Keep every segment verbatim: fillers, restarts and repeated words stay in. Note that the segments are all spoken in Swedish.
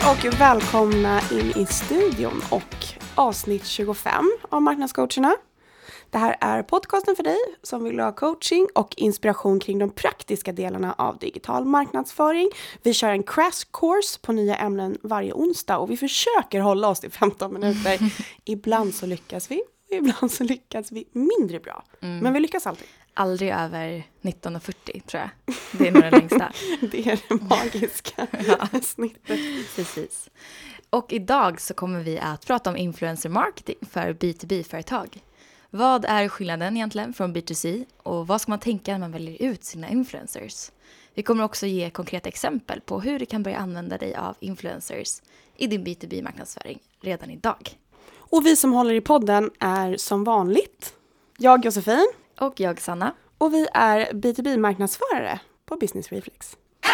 och välkomna in i studion och avsnitt tjugofem av Marknadscoacherna. Det här är podcasten för dig som vill ha coaching och inspiration kring de praktiska delarna av digital marknadsföring. Vi kör en crash course på nya ämnen varje onsdag och vi försöker hålla oss till femton minuter. Ibland så lyckas vi, ibland så lyckas vi mindre bra. Mm. Men vi lyckas alltid. Aldrig över nitton och fyrtio tror jag. Det är nog det längsta. Det är det magiska ja. snittet. Precis. Och idag så kommer vi att prata om influencer marketing för B two B-företag. Vad är skillnaden egentligen från B two C och vad ska man tänka när man väljer ut sina influencers? Vi kommer också ge konkreta exempel på hur du kan börja använda dig av influencers i din B two B-marknadsföring redan idag. Och vi som håller i podden är som vanligt jag Josefin. Och jag Sanna. Och vi är B two B-marknadsförare på Business Reflex.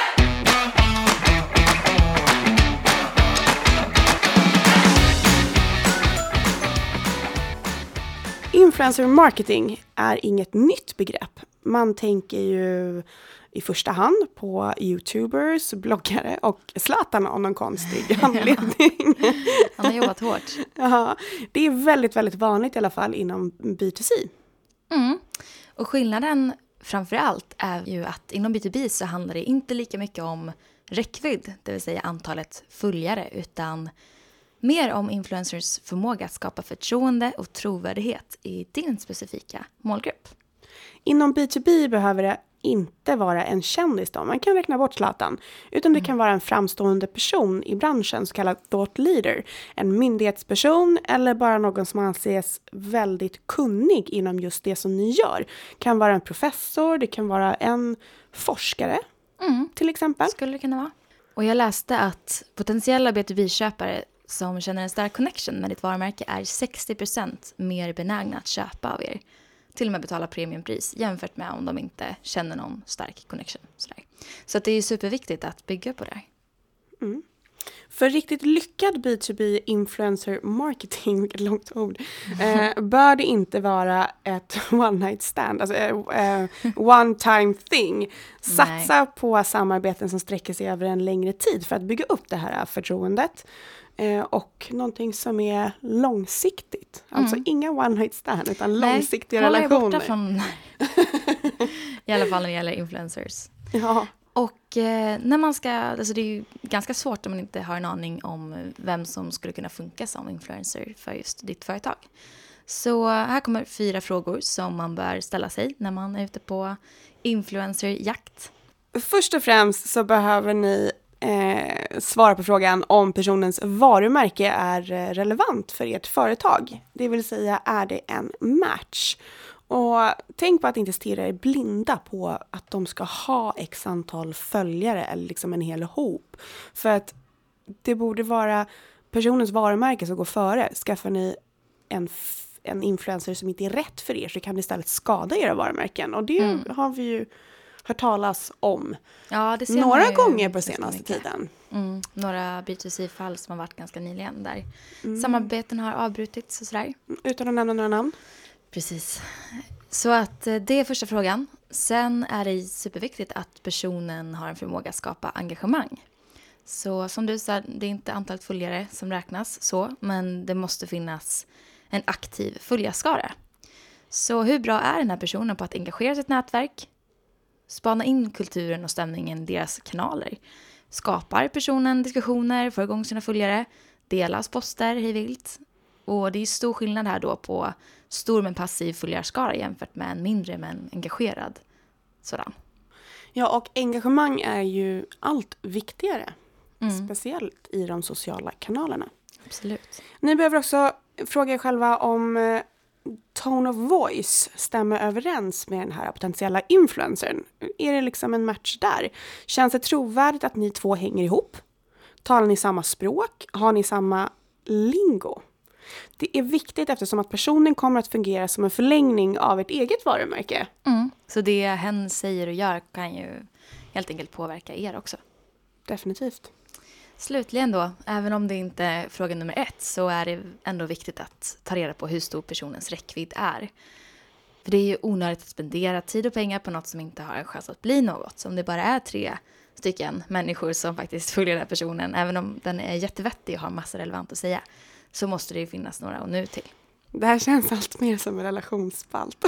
Influencer marketing är inget nytt begrepp. Man tänker ju i första hand på YouTubers, bloggare och Zlatan av någon konstig anledning. Han har jobbat hårt. Ja, det är väldigt, väldigt vanligt i alla fall inom B two C. Mm. Och skillnaden framför allt är ju att inom B two B så handlar det inte lika mycket om räckvidd, det vill säga antalet följare, utan mer om influencers förmåga att skapa förtroende och trovärdighet i din specifika målgrupp. Inom B two B behöver det inte vara en kändis då. Man kan räkna bort Zlatan. Utan det kan vara en framstående person i branschen, så kallad thought leader. En myndighetsperson eller bara någon som anses väldigt kunnig inom just det som ni gör. Det kan vara en professor, det kan vara en forskare mm. till exempel. Skulle det kunna vara. Och jag läste att potentiella B two B-köpare som känner en stark connection med ditt varumärke är sextio procent mer benägna att köpa av er. Till och med betala premiumpris jämfört med om de inte känner någon stark connection. Sådär. Så att det är superviktigt att bygga på det. Mm. För riktigt lyckad B two B influencer marketing, vilket långt ord, eh, bör det inte vara ett one night stand, alltså eh, one time thing. Satsa Nej. på samarbeten som sträcker sig över en längre tid för att bygga upp det här förtroendet. Eh, och någonting som är långsiktigt. Mm. Alltså inga one night stand utan Nej, långsiktiga relationer. Borta från, i alla fall när det gäller influencers. Ja. Och eh, när man ska, alltså det är ju ganska svårt om man inte har en aning om vem som skulle kunna funka som influencer för just ditt företag. Så här kommer fyra frågor som man bör ställa sig när man är ute på influencerjakt. Först och främst så behöver ni Eh, svara på frågan om personens varumärke är relevant för ert företag. Det vill säga, är det en match? Och tänk på att inte stirra er blinda på att de ska ha x antal följare eller liksom en hel hop. För att det borde vara personens varumärke som går före. Skaffar ni en, f- en influencer som inte är rätt för er så kan det istället skada era varumärken. Och det mm. har vi ju hört talas om ja, det ser några gånger på senaste tiden. Mm, några B two C-fall som har varit ganska nyligen där mm. samarbeten har avbrutits och sådär. Utan att nämna några namn. Precis. Så att det är första frågan. Sen är det superviktigt att personen har en förmåga att skapa engagemang. Så som du sa, det är inte antalet följare som räknas så, men det måste finnas en aktiv följarskara. Så hur bra är den här personen på att engagera sitt nätverk? Spana in kulturen och stämningen i deras kanaler. Skapar personen diskussioner, får igång sina följare, delas poster hej vilt. Och det är stor skillnad här då på stor men passiv följarskara jämfört med en mindre men engagerad sådan. Ja, och engagemang är ju allt viktigare. Mm. Speciellt i de sociala kanalerna. Absolut. Ni behöver också fråga er själva om tone of voice stämmer överens med den här potentiella influencern. Är det liksom en match där? Känns det trovärdigt att ni två hänger ihop? Talar ni samma språk? Har ni samma lingo? Det är viktigt eftersom att personen kommer att fungera som en förlängning av ett eget varumärke. Mm. Så det hen säger och gör kan ju helt enkelt påverka er också. Definitivt. Slutligen då, även om det inte är fråga nummer ett så är det ändå viktigt att ta reda på hur stor personens räckvidd är. För det är ju onödigt att spendera tid och pengar på något som inte har en chans att bli något. Så om det bara är tre stycken människor som faktiskt följer den här personen. Även om den är jättevettig och har massa relevant att säga, så måste det ju finnas några att nu till. Det här känns allt mer som en relationsspalt.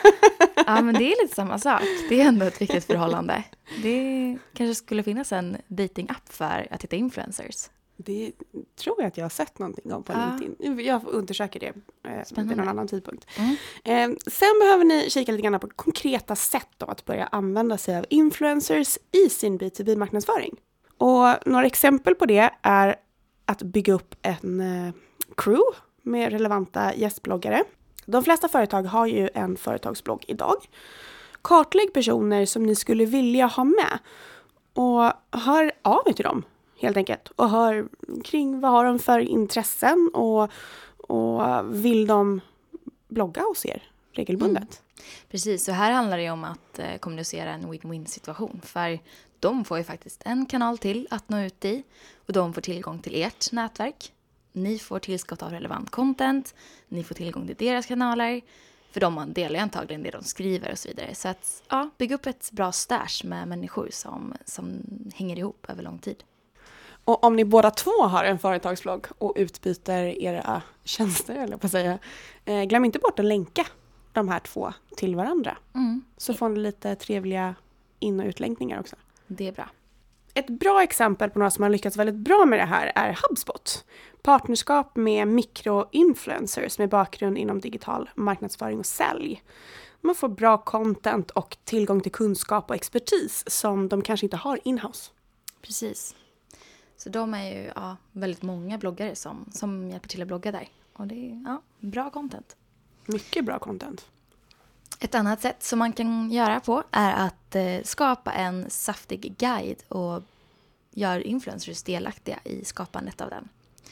Ja, men det är lite samma sak. Det är ändå ett viktigt förhållande. Det kanske skulle finnas en dating-app för att hitta influencers. Det tror jag att jag har sett någonting om på Ja. LinkedIn. Jag undersöker det eh, Spännande. vid någon annan tidpunkt. Mm. Eh, sen behöver ni kika lite grann på konkreta sätt då att börja använda sig av influencers i sin B two B-marknadsföring. Och några exempel på det är att bygga upp en eh, crew med relevanta gästbloggare. De flesta företag har ju en företagsblogg idag. Kartlägg personer som ni skulle vilja ha med och hör av er till dem helt enkelt. Och hör kring vad har de för intressen och, och vill de blogga hos er regelbundet. Mm. Precis, så här handlar det om att eh, kommunicera en win-win situation. För de får ju faktiskt en kanal till att nå ut i och de får tillgång till ert nätverk. Ni får tillskott av relevant content, ni får tillgång till deras kanaler, för de delar ju antagligen det de skriver och så vidare. Så att ja, bygga upp ett bra stash med människor som, som hänger ihop över lång tid. Och om ni båda två har en företagsblogg och utbyter era tjänster, eller på att säga, eh, glöm inte bort att länka de här två till varandra. Mm. Så får ni lite trevliga in- och utlänkningar också. Det är bra. Ett bra exempel på några som har lyckats väldigt bra med det här är HubSpot. Partnerskap med mikroinfluencers med bakgrund inom digital marknadsföring och sälj. Man får bra content och tillgång till kunskap och expertis som de kanske inte har in-house. Precis. Så de är ju ja, väldigt många bloggare som, som hjälper till att blogga där. Och det är ja, bra content. Mycket bra content. Ett annat sätt som man kan göra på är att eh, skapa en saftig guide och göra influencers delaktiga i skapandet av den.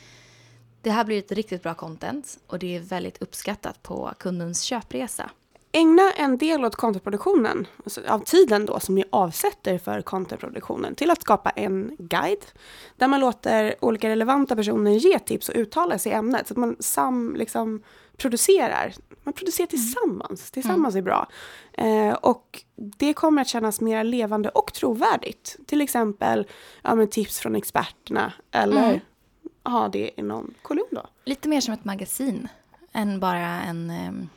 Det här blir ett riktigt bra content och det är väldigt uppskattat på kundens köpresa. Ägna en del åt contentproduktionen, alltså av tiden då som ni avsätter för contentproduktionen, till att skapa en guide där man låter olika relevanta personer ge tips och uttala sig i ämnet så att man sam, liksom, producerar. Man producerar tillsammans. Tillsammans är bra. Eh, och det kommer att kännas mer levande och trovärdigt. Till exempel ja, men tips från experterna eller mm. ha det i någon kolumn då. Lite mer som ett magasin än bara en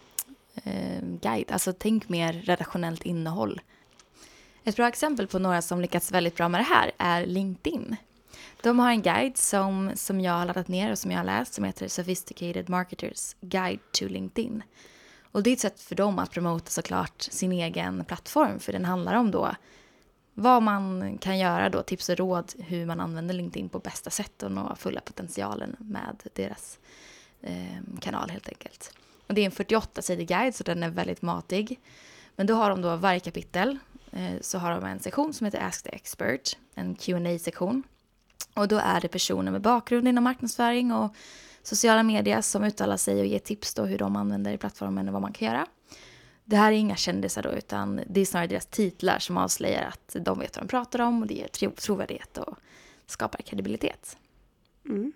eh, guide. Alltså tänk mer redaktionellt innehåll. Ett bra exempel på några som lyckats väldigt bra med det här är LinkedIn. De har en guide som, som jag har laddat ner och som jag har läst som heter Sophisticated Marketers Guide to LinkedIn. Och det är ett sätt för dem att promota såklart sin egen plattform, för den handlar om då vad man kan göra då, tips och råd hur man använder LinkedIn på bästa sätt och nå fulla potentialen med deras eh, kanal helt enkelt. Och det är en fyrtioåtta-sidig guide så den är väldigt matig. Men då har de då varje kapitel eh, så har de en sektion som heter Ask the Expert, en Q and A-sektion. Och då är det personer med bakgrund inom marknadsföring och sociala medier som uttalar sig och ger tips då hur de använder plattformen och vad man kan göra. Det här är inga kändisar då, utan det är snarare deras titlar som avslöjar att de vet vad de pratar om och det ger tro- trovärdighet och skapar kredibilitet. Mm.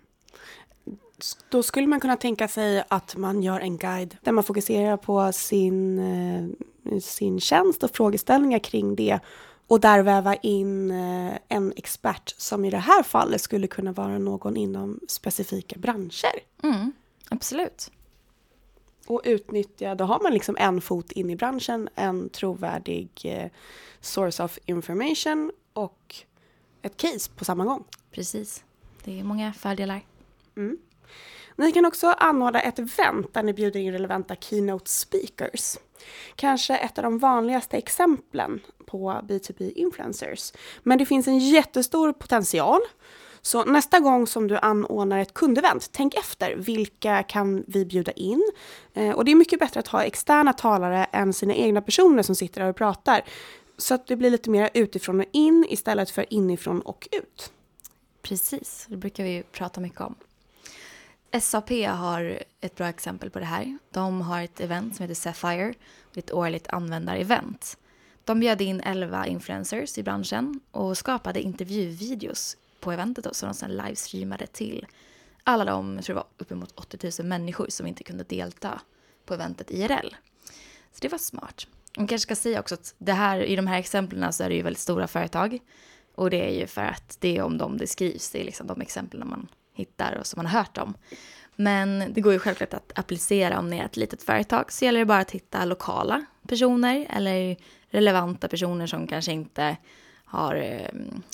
Då skulle man kunna tänka sig att man gör en guide där man fokuserar på sin, sin tjänst och frågeställningar kring det. Och där väva in en expert som i det här fallet skulle kunna vara någon inom specifika branscher. Mm, absolut. Och utnyttja, då har man liksom en fot in i branschen, en trovärdig eh, source of information och ett case på samma gång. Precis. Det är många fördelar. Mm. Ni kan också anordna ett event där ni bjuder in relevanta keynote speakers. Kanske ett av de vanligaste exemplen på B two B influencers. Men det finns en jättestor potential. Så nästa gång som du anordnar ett kundevent, tänk efter vilka kan vi bjuda in. Eh, och det är mycket bättre att ha externa talare än sina egna personer som sitter där och pratar. Så att det blir lite mer utifrån och in istället för inifrån och ut. Precis, det brukar vi ju prata mycket om. S A P har ett bra exempel på det här. De har ett event som heter Sapphire, ett årligt användarevent. De bjöd in elva influencers i branschen och skapade intervjuvideos på eventet då, som de sedan livestreamade till alla de, jag tror det var uppemot åttio tusen människor som inte kunde delta på eventet I R L. Så det var smart. Man kanske ska säga också att det här, i de här exemplen så är det ju väldigt stora företag Och det är ju för att det är om dem det skrivs. Det är liksom de exemplen man hittar och som man har hört om. Men det går ju självklart att applicera om ni är ett litet företag. Så gäller det bara att hitta lokala personer eller relevanta personer som kanske inte har eh,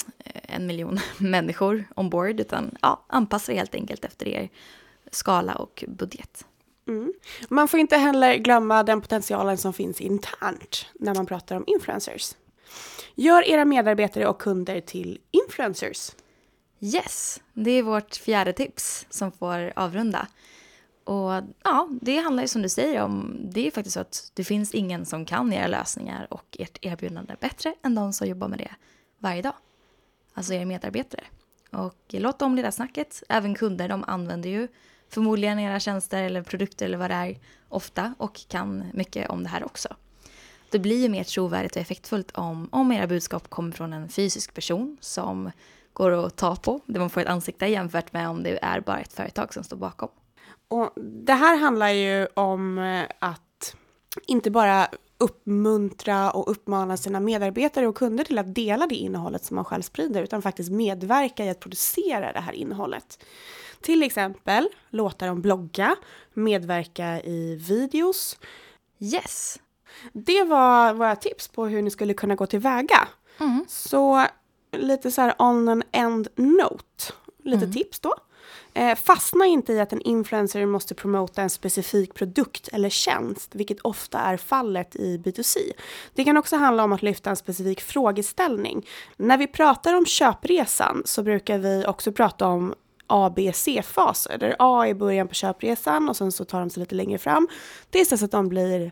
en miljon människor ombord. Utan ja, anpassa helt enkelt efter er skala och budget. Mm. Man får inte heller glömma den potentialen som finns internt när man pratar om influencers. Gör era medarbetare och kunder till influencers. Yes, det är vårt fjärde tips som får avrunda. Och ja, det handlar ju som du säger om, det är faktiskt så att det finns ingen som kan era lösningar och ert erbjudande bättre än de som jobbar med det varje dag. Alltså era medarbetare. Och låt dem leda snacket. Även kunder, de använder ju förmodligen era tjänster eller produkter eller vad det är ofta och kan mycket om det här också. Det blir ju mer trovärdigt och effektfullt om, om era budskap kommer från en fysisk person som går att ta på. Det man får ett ansikte jämfört med om det är bara ett företag som står bakom. Och det här handlar ju om att inte bara uppmuntra och uppmana sina medarbetare och kunder till att dela det innehållet som man själv sprider, utan faktiskt medverka i att producera det här innehållet. Till exempel låta dem blogga, medverka i videos. Yes! Det var våra tips på hur ni skulle kunna gå tillväga. Mm. Så lite så här on an end note. Lite mm. tips då. Eh, fastna inte i att en influencer måste promota en specifik produkt eller tjänst, vilket ofta är fallet i B två C. Det kan också handla om att lyfta en specifik frågeställning. När vi pratar om köpresan så brukar vi också prata om A, B, C-faser. Där A är början på köpresan och sen så tar de sig lite längre fram. Tills dess att de blir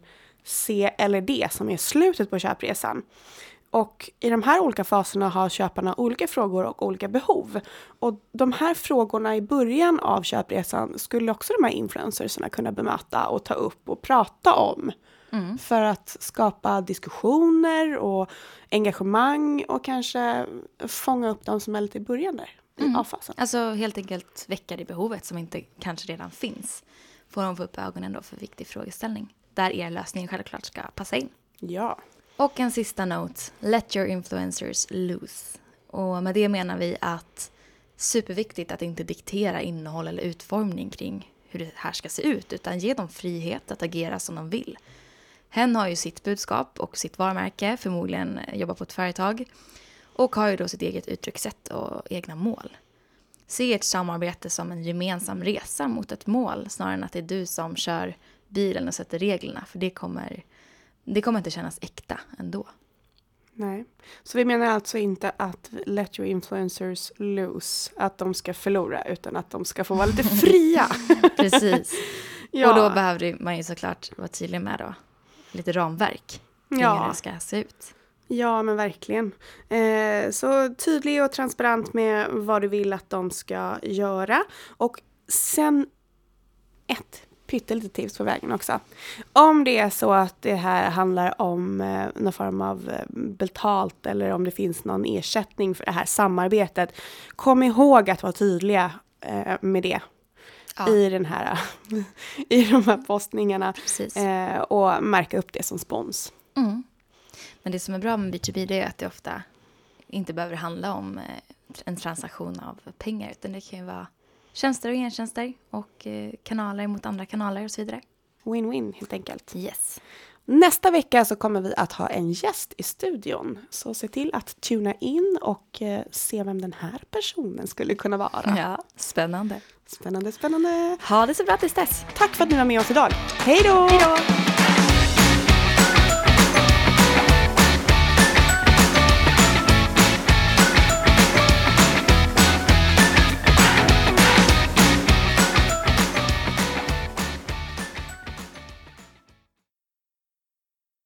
C eller D som är slutet på köpresan. Och i de här olika faserna har köparna olika frågor och olika behov. Och de här frågorna i början av köpresan skulle också de här influencersarna kunna bemöta och ta upp och prata om. Mm. För att skapa diskussioner och engagemang och kanske fånga upp de som är lite i början där. Mm. I A-fasen. Alltså helt enkelt väcka det behovet som inte kanske redan finns. Får de få upp ögonen då för viktig frågeställning. Där er lösning självklart ska passa in. Ja. Och en sista note. Let your influencers loose. Och med det menar vi att superviktigt att inte diktera innehåll eller utformning kring hur det här ska se ut. Utan ge dem frihet att agera som de vill. Hen har ju sitt budskap och sitt varumärke. Förmodligen jobbar på ett företag. Och har ju då sitt eget uttryckssätt och egna mål. Se ett samarbete som en gemensam resa mot ett mål. Snarare än att det är du som kör bilen och sätter reglerna. För det kommer, det kommer inte kännas äkta ändå. Nej. Så vi menar alltså inte att let your influencers lose. Att de ska förlora utan att de ska få vara lite fria. Precis. Ja. Och då behöver man ju såklart vara tydlig med då. Lite ramverk. Kring ja. hur det ska se ut. Ja, men verkligen. Eh, så tydlig och transparent med vad du vill att de ska göra. Och sen ett pyttelitet tips på vägen också. Om det är så att det här handlar om eh, någon form av eh, betalt eller om det finns någon ersättning för det här samarbetet. Kom ihåg att vara tydliga eh, med det. Ja. I, den här, i de här postningarna. Eh, och märka upp det som spons. Mm. Men det som är bra med B två B det är att det ofta inte behöver handla om en transaktion av pengar. Utan det kan ju vara tjänster och gentjänster och kanaler mot andra kanaler och så vidare. Win-win helt enkelt. Yes. Nästa vecka så kommer vi att ha en gäst i studion. Så se till att tuna in och se vem den här personen skulle kunna vara. Ja, spännande. Spännande, spännande. Ha det så bra tills dess. Tack för att ni var med oss idag. Hej då! Hej då!